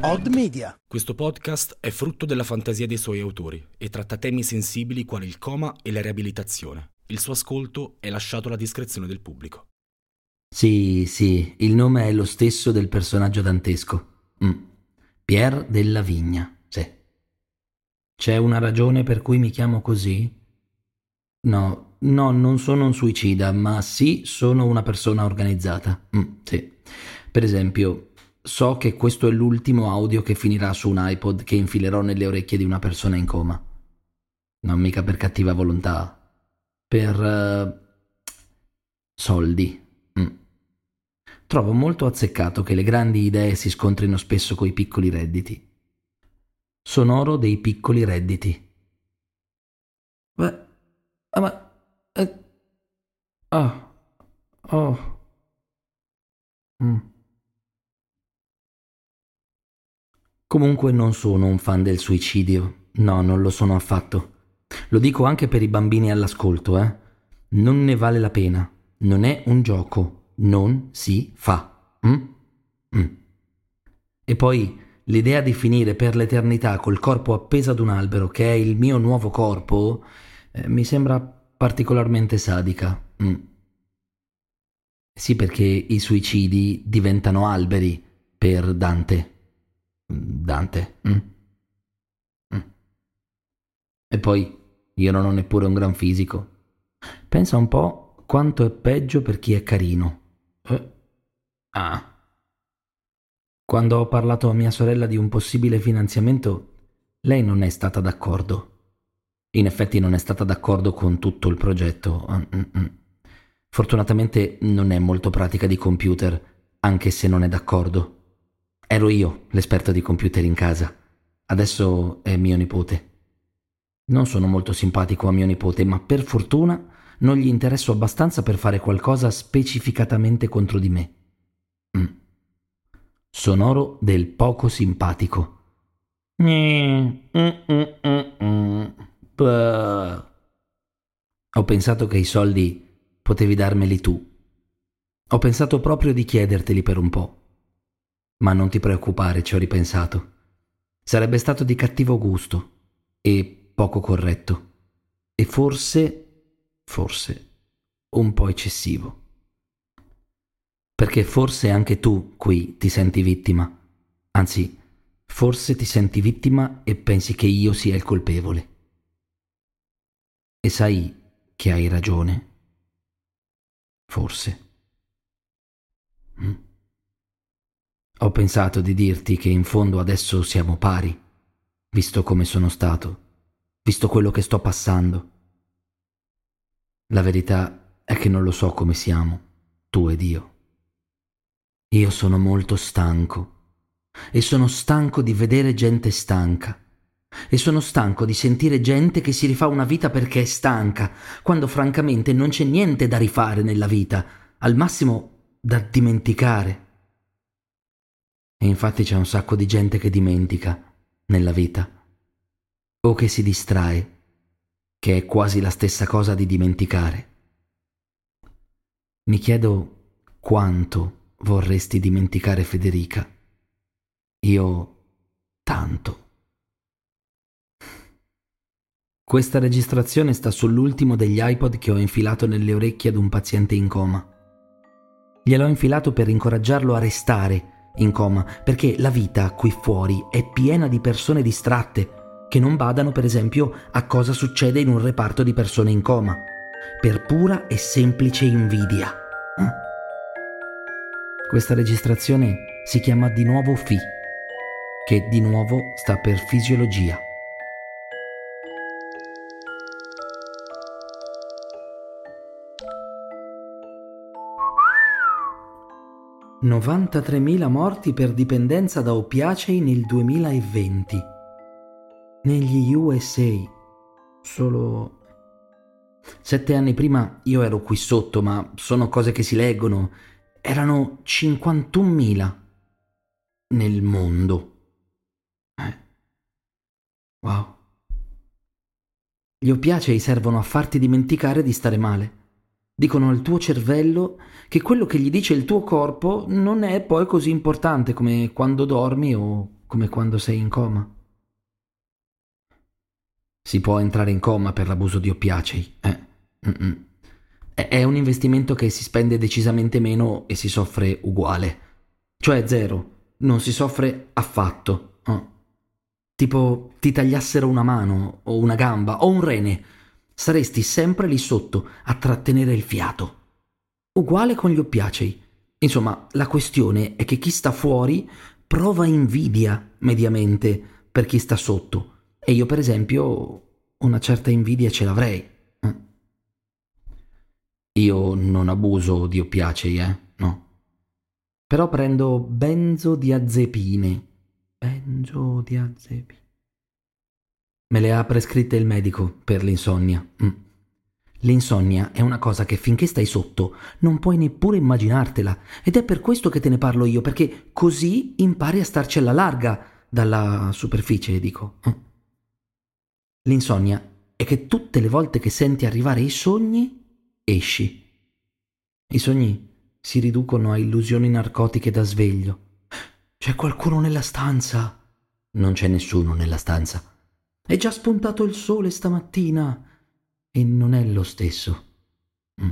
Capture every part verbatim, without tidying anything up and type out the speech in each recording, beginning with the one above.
Odd Media. Questo podcast è frutto della fantasia dei suoi autori e tratta temi sensibili quali il coma e la riabilitazione. Il suo ascolto è lasciato alla discrezione del pubblico. Sì, sì, il nome è lo stesso del personaggio dantesco. Mm. Pierre della Vigna, sì. C'è una ragione per cui mi chiamo così? No, no, non sono un suicida, ma sì, sono una persona organizzata. Mm, sì. Per esempio, so che questo è l'ultimo audio che finirà su un iPod che infilerò nelle orecchie di una persona in coma. Non mica per cattiva volontà. Per... Uh, soldi. Mm. Trovo molto azzeccato che le grandi idee si scontrino spesso coi piccoli redditi. Sonoro dei piccoli redditi. Beh, ah, ma... Eh, ah, oh... Mm. Comunque non sono un fan del suicidio. No, non lo sono affatto. Lo dico anche per i bambini all'ascolto, eh. Non ne vale la pena. Non è un gioco. Non si fa. Mm? Mm. E poi l'idea di finire per l'eternità col corpo appeso ad un albero, che è il mio nuovo corpo, eh, mi sembra particolarmente sadica. Mm. Sì, perché i suicidi diventano alberi per Dante. Dante. Mm? Mm. E poi io non ho neppure un gran fisico. Pensa un po' quanto è peggio per chi è carino. Eh? Ah. Quando ho parlato a mia sorella di un possibile finanziamento, lei non è stata d'accordo. In effetti non è stata d'accordo con tutto il progetto. Mm-mm. Fortunatamente non è molto pratica di computer, anche se non è d'accordo. Ero io l'esperto di computer in casa. Adesso è mio nipote. Non sono molto simpatico a mio nipote, ma per fortuna non gli interesso abbastanza per fare qualcosa specificatamente contro di me. Mm. Sonoro del poco simpatico. Mm, mm, mm, mm. Ho pensato che i soldi potevi darmeli tu. Ho pensato proprio di chiederteli per un po'. Ma non ti preoccupare, ci ho ripensato. Sarebbe stato di cattivo gusto e poco corretto. E forse, forse, un po' eccessivo. Perché forse anche tu qui ti senti vittima. Anzi, forse ti senti vittima e pensi che io sia il colpevole. E sai che hai ragione. Forse. Mm. Ho pensato di dirti che in fondo adesso siamo pari, visto come sono stato, visto quello che sto passando. La verità è che non lo so come siamo, tu ed io. Io sono molto stanco e sono stanco di vedere gente stanca e sono stanco di sentire gente che si rifà una vita perché è stanca, quando francamente non c'è niente da rifare nella vita, al massimo da dimenticare. E infatti c'è un sacco di gente che dimentica nella vita, o che si distrae, che è quasi la stessa cosa di dimenticare. Mi chiedo quanto vorresti dimenticare Federica. Io tanto. Questa registrazione sta sull'ultimo degli iPod che ho infilato nelle orecchie ad un paziente in coma. Gliel'ho infilato per incoraggiarlo a restare in coma, perché la vita qui fuori è piena di persone distratte che non badano, per esempio, a cosa succede in un reparto di persone in coma, per pura e semplice invidia. Eh? Questa registrazione si chiama di nuovo F I, che di nuovo sta per fisiologia. novantatremila morti per dipendenza da oppiacei nel duemilaventi. Negli U S A. Solo... Sette anni prima io ero qui sotto, ma sono cose che si leggono. Erano cinquantunomila nel mondo. Eh. Wow. Gli oppiacei servono a farti dimenticare di stare male. Dicono al tuo cervello che quello che gli dice il tuo corpo non è poi così importante come quando dormi o come quando sei in coma. Si può entrare in coma per l'abuso di oppiacei. Eh. Mm-mm. È un investimento che si spende decisamente meno e si soffre uguale. Cioè zero, non si soffre affatto. Oh. Tipo ti tagliassero una mano o una gamba o un rene. Saresti sempre lì sotto a trattenere il fiato. Uguale con gli oppiacei. Insomma, la questione è che chi sta fuori prova invidia mediamente per chi sta sotto. E io, per esempio, una certa invidia ce l'avrei. Eh. Io non abuso di oppiacei, eh? No. Però prendo benzodiazepine. Benzodiazepine. Me le ha prescritte il medico per l'insonnia. Mm. L'insonnia è una cosa che finché stai sotto non puoi neppure immaginartela, ed è per questo che te ne parlo io, perché così impari a starci alla larga dalla superficie, dico. Eh. L'insonnia è che tutte le volte che senti arrivare i sogni, esci. I sogni si riducono a illusioni narcotiche da sveglio. C'è qualcuno nella stanza? Non c'è nessuno nella stanza. È già spuntato il sole stamattina e non è lo stesso. Mm.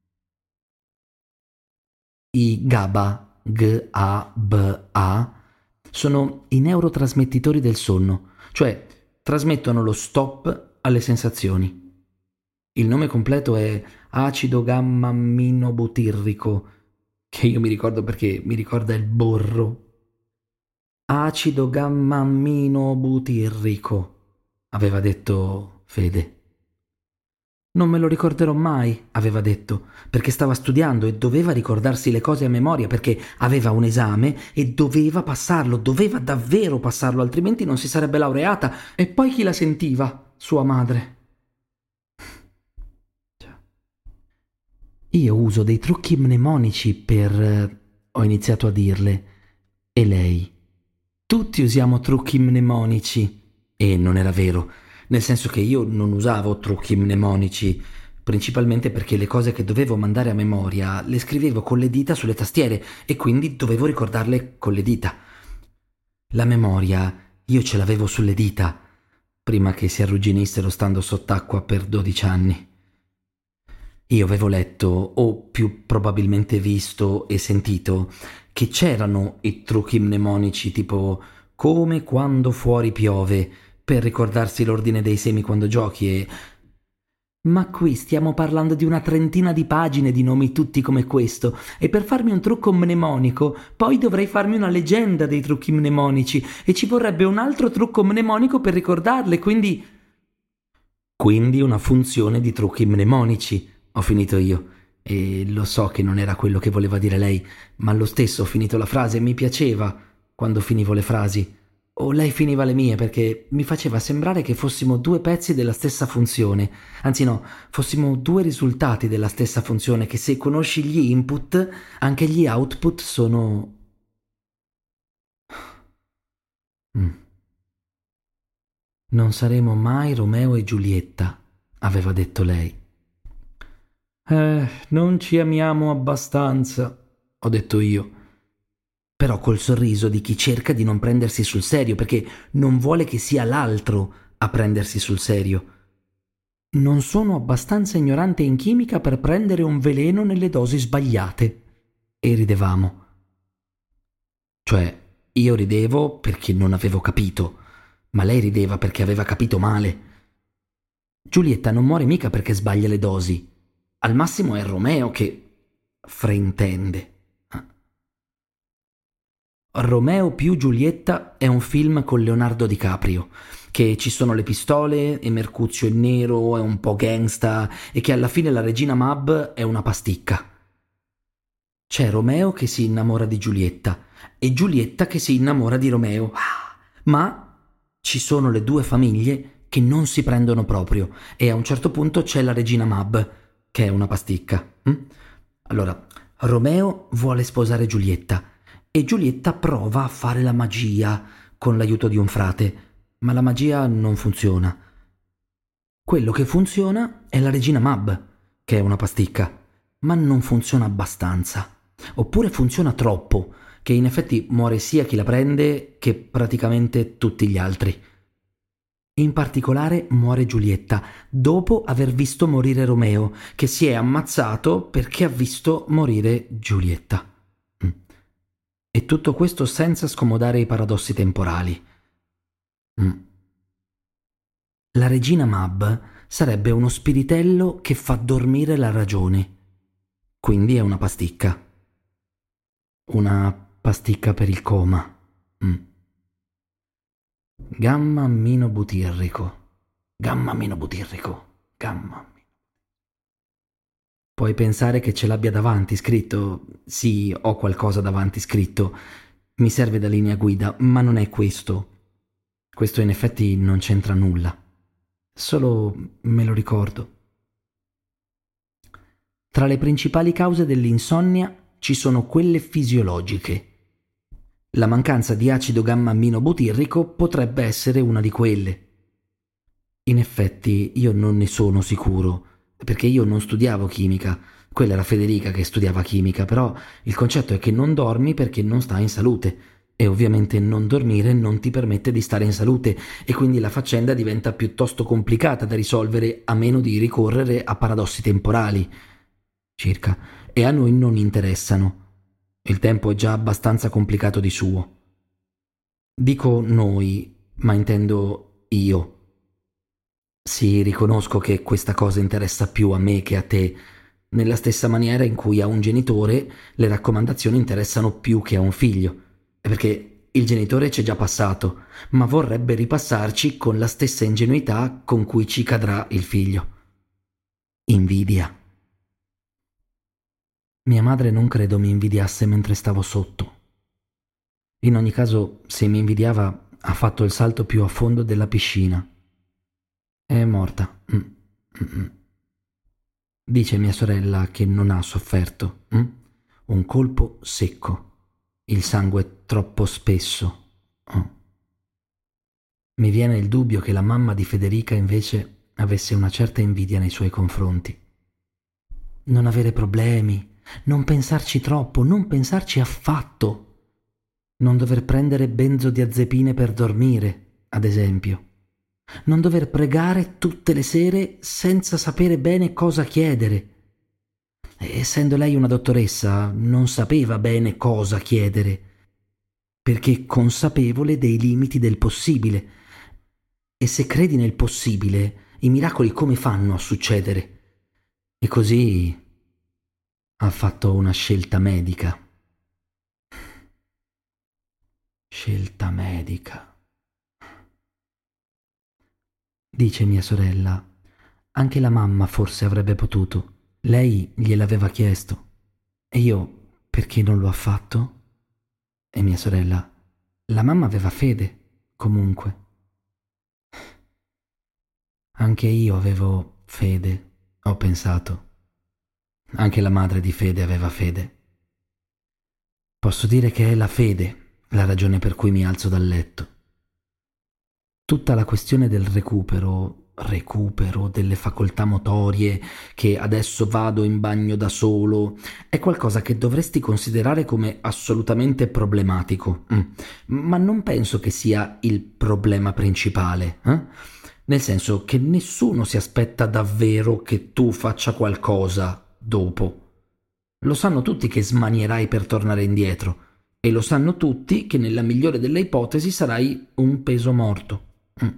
I GABA, G A B A, sono i neurotrasmettitori del sonno, cioè trasmettono lo stop alle sensazioni. Il nome completo è acido gamma-aminobutirrico, che io mi ricordo perché mi ricorda il borro. Acido gamma-aminobutirrico, aveva detto Fede. Non me lo ricorderò mai, aveva detto, perché stava studiando e doveva ricordarsi le cose a memoria, perché aveva un esame e doveva passarlo, doveva davvero passarlo, altrimenti non si sarebbe laureata. E poi chi la sentiva? Sua madre. Io uso dei trucchi mnemonici per... ho iniziato a dirle. E lei? Tutti usiamo trucchi mnemonici. E non era vero. Nel senso che io non usavo trucchi mnemonici, principalmente perché le cose che dovevo mandare a memoria le scrivevo con le dita sulle tastiere e quindi dovevo ricordarle con le dita. La memoria io ce l'avevo sulle dita, prima che si arrugginissero stando sott'acqua per dodici anni. Io avevo letto, o più probabilmente visto e sentito, che c'erano i trucchi mnemonici tipo come quando fuori piove, per ricordarsi l'ordine dei semi quando giochi e... Ma qui stiamo parlando di una trentina di pagine di nomi tutti come questo, e per farmi un trucco mnemonico poi dovrei farmi una leggenda dei trucchi mnemonici e ci vorrebbe un altro trucco mnemonico per ricordarle, quindi... Quindi una funzione di trucchi mnemonici, ho finito io. E lo so che non era quello che voleva dire lei, ma lo stesso ho finito la frase e mi piaceva quando finivo le frasi. O lei finiva le mie, perché mi faceva sembrare che fossimo due pezzi della stessa funzione. Anzi no, fossimo due risultati della stessa funzione, che se conosci gli input, anche gli output sono... Mm. Non saremo mai Romeo e Giulietta, aveva detto lei. Eh, non ci amiamo abbastanza, ho detto io. Però col sorriso di chi cerca di non prendersi sul serio, perché non vuole che sia l'altro a prendersi sul serio. Non sono abbastanza ignorante in chimica per prendere un veleno nelle dosi sbagliate. E ridevamo. Cioè, io ridevo perché non avevo capito, ma lei rideva perché aveva capito male. Giulietta non muore mica perché sbaglia le dosi. Al massimo è Romeo che fraintende. Romeo più Giulietta è un film con Leonardo DiCaprio, che ci sono le pistole e Mercuzio è nero, è un po' gangsta e che alla fine la regina Mab è una pasticca. C'è Romeo che si innamora di Giulietta e Giulietta che si innamora di Romeo, ma ci sono le due famiglie che non si prendono proprio e a un certo punto c'è la regina Mab, che è una pasticca. Allora, Romeo vuole sposare Giulietta e Giulietta prova a fare la magia con l'aiuto di un frate, ma la magia non funziona. Quello che funziona è la regina Mab, che è una pasticca, ma non funziona abbastanza. Oppure funziona troppo, che in effetti muore sia chi la prende che praticamente tutti gli altri. In particolare muore Giulietta, dopo aver visto morire Romeo, che si è ammazzato perché ha visto morire Giulietta. Mm. E tutto questo senza scomodare i paradossi temporali. Mm. La regina Mab sarebbe uno spiritello che fa dormire la ragione. Quindi è una pasticca. Una pasticca per il coma. Mm. Gamma-aminobutirrico. Gamma-aminobutirrico. Gamma. Puoi pensare che ce l'abbia davanti scritto. Sì, ho qualcosa davanti scritto. Mi serve da linea guida, ma non è questo. Questo in effetti non c'entra nulla. Solo me lo ricordo. Tra le principali cause dell'insonnia ci sono quelle fisiologiche. La mancanza di acido gamma-aminobutirrico potrebbe essere una di quelle. In effetti io non ne sono sicuro, perché io non studiavo chimica. Quella era Federica che studiava chimica, però il concetto è che non dormi perché non stai in salute. E ovviamente non dormire non ti permette di stare in salute e quindi la faccenda diventa piuttosto complicata da risolvere a meno di ricorrere a paradossi temporali. Circa. E a noi non interessano. Il tempo è già abbastanza complicato di suo. Dico noi, ma intendo io. Sì, riconosco che questa cosa interessa più a me che a te, nella stessa maniera in cui a un genitore le raccomandazioni interessano più che a un figlio. Perché il genitore c'è già passato, ma vorrebbe ripassarci con la stessa ingenuità con cui ci cadrà il figlio. Invidia. Mia madre non credo mi invidiasse mentre stavo sotto. In ogni caso, se mi invidiava, ha fatto il salto più a fondo della piscina. È morta. Mm. Mm-mm. Dice mia sorella che non ha sofferto. Mm? Un colpo secco. Il sangue troppo spesso. Oh. Mi viene il dubbio che la mamma di Federica invece avesse una certa invidia nei suoi confronti. Non avere problemi, non pensarci troppo, non pensarci affatto. Non dover prendere benzodiazepine per dormire, ad esempio. Non dover pregare tutte le sere senza sapere bene cosa chiedere. Essendo lei una dottoressa, non sapeva bene cosa chiedere, perché consapevole dei limiti del possibile. E se credi nel possibile, i miracoli come fanno a succedere? E così ha fatto una scelta medica. Scelta medica. Dice mia sorella, anche la mamma forse avrebbe potuto. Lei gliel'aveva chiesto. E io, perché non lo ha fatto? E mia sorella, la mamma aveva fede, comunque. Anche io avevo fede, ho pensato. Anche la madre di Fede aveva fede. Posso dire che è la fede la ragione per cui mi alzo dal letto. Tutta la questione del recupero, recupero delle facoltà motorie, che adesso vado in bagno da solo, è qualcosa che dovresti considerare come assolutamente problematico. Mm. Ma non penso che sia il problema principale, eh? Nel senso che nessuno si aspetta davvero che tu faccia qualcosa dopo. Lo sanno tutti che smanierai per tornare indietro e lo sanno tutti che nella migliore delle ipotesi sarai un peso morto. Mm.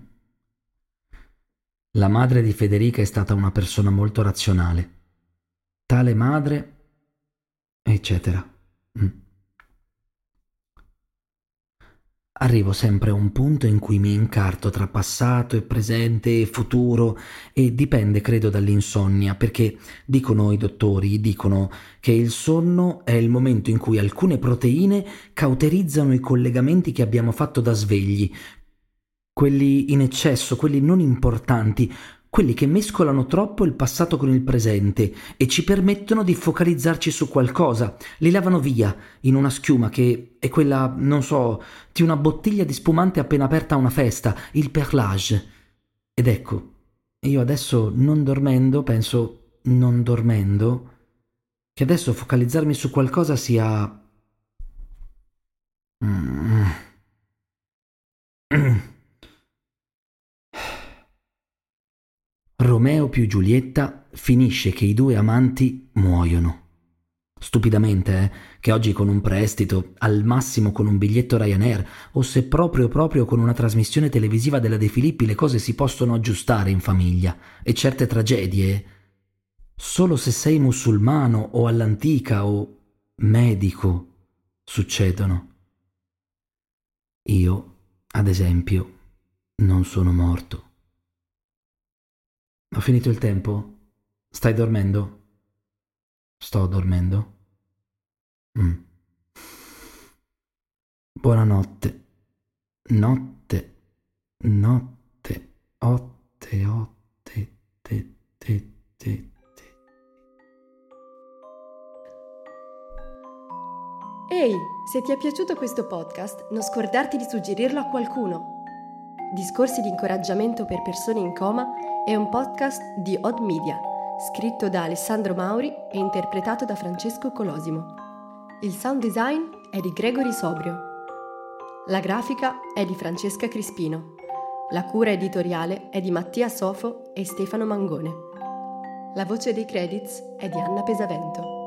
La madre di Federica è stata una persona molto razionale. Tale madre, eccetera. Mm. Arrivo sempre a un punto in cui mi incarto tra passato e presente e futuro e dipende, credo, dall'insonnia, perché dicono i dottori, dicono che il sonno è il momento in cui alcune proteine cauterizzano i collegamenti che abbiamo fatto da svegli, quelli in eccesso, quelli non importanti, quelli che mescolano troppo il passato con il presente e ci permettono di focalizzarci su qualcosa, li lavano via in una schiuma che è quella, non so, di una bottiglia di spumante appena aperta a una festa, il perlage. Ed ecco, io adesso non dormendo, penso, non dormendo, che adesso focalizzarmi su qualcosa sia Romeo più Giulietta finisce che i due amanti muoiono. Stupidamente, eh, che oggi con un prestito, al massimo con un biglietto Ryanair, o se proprio proprio con una trasmissione televisiva della De Filippi le cose si possono aggiustare in famiglia, e certe tragedie, solo se sei musulmano o all'antica o medico, succedono. Io, ad esempio, non sono morto. Ho finito il tempo? Stai dormendo? Sto dormendo? Mm. Buonanotte. Notte. Notte. Otte, otte, te, te, te, te. Ehi, se ti è piaciuto questo podcast, non scordarti di suggerirlo a qualcuno. Discorsi di incoraggiamento per persone in coma è un podcast di Odd Media, scritto da Alessandro Mauri e interpretato da Francesco Colosimo. Il sound design è di Gregory Sobrio. La grafica è di Francesca Crispino. La cura editoriale è di Mattia Sofo e Stefano Mangone. La voce dei credits è di Anna Pesavento.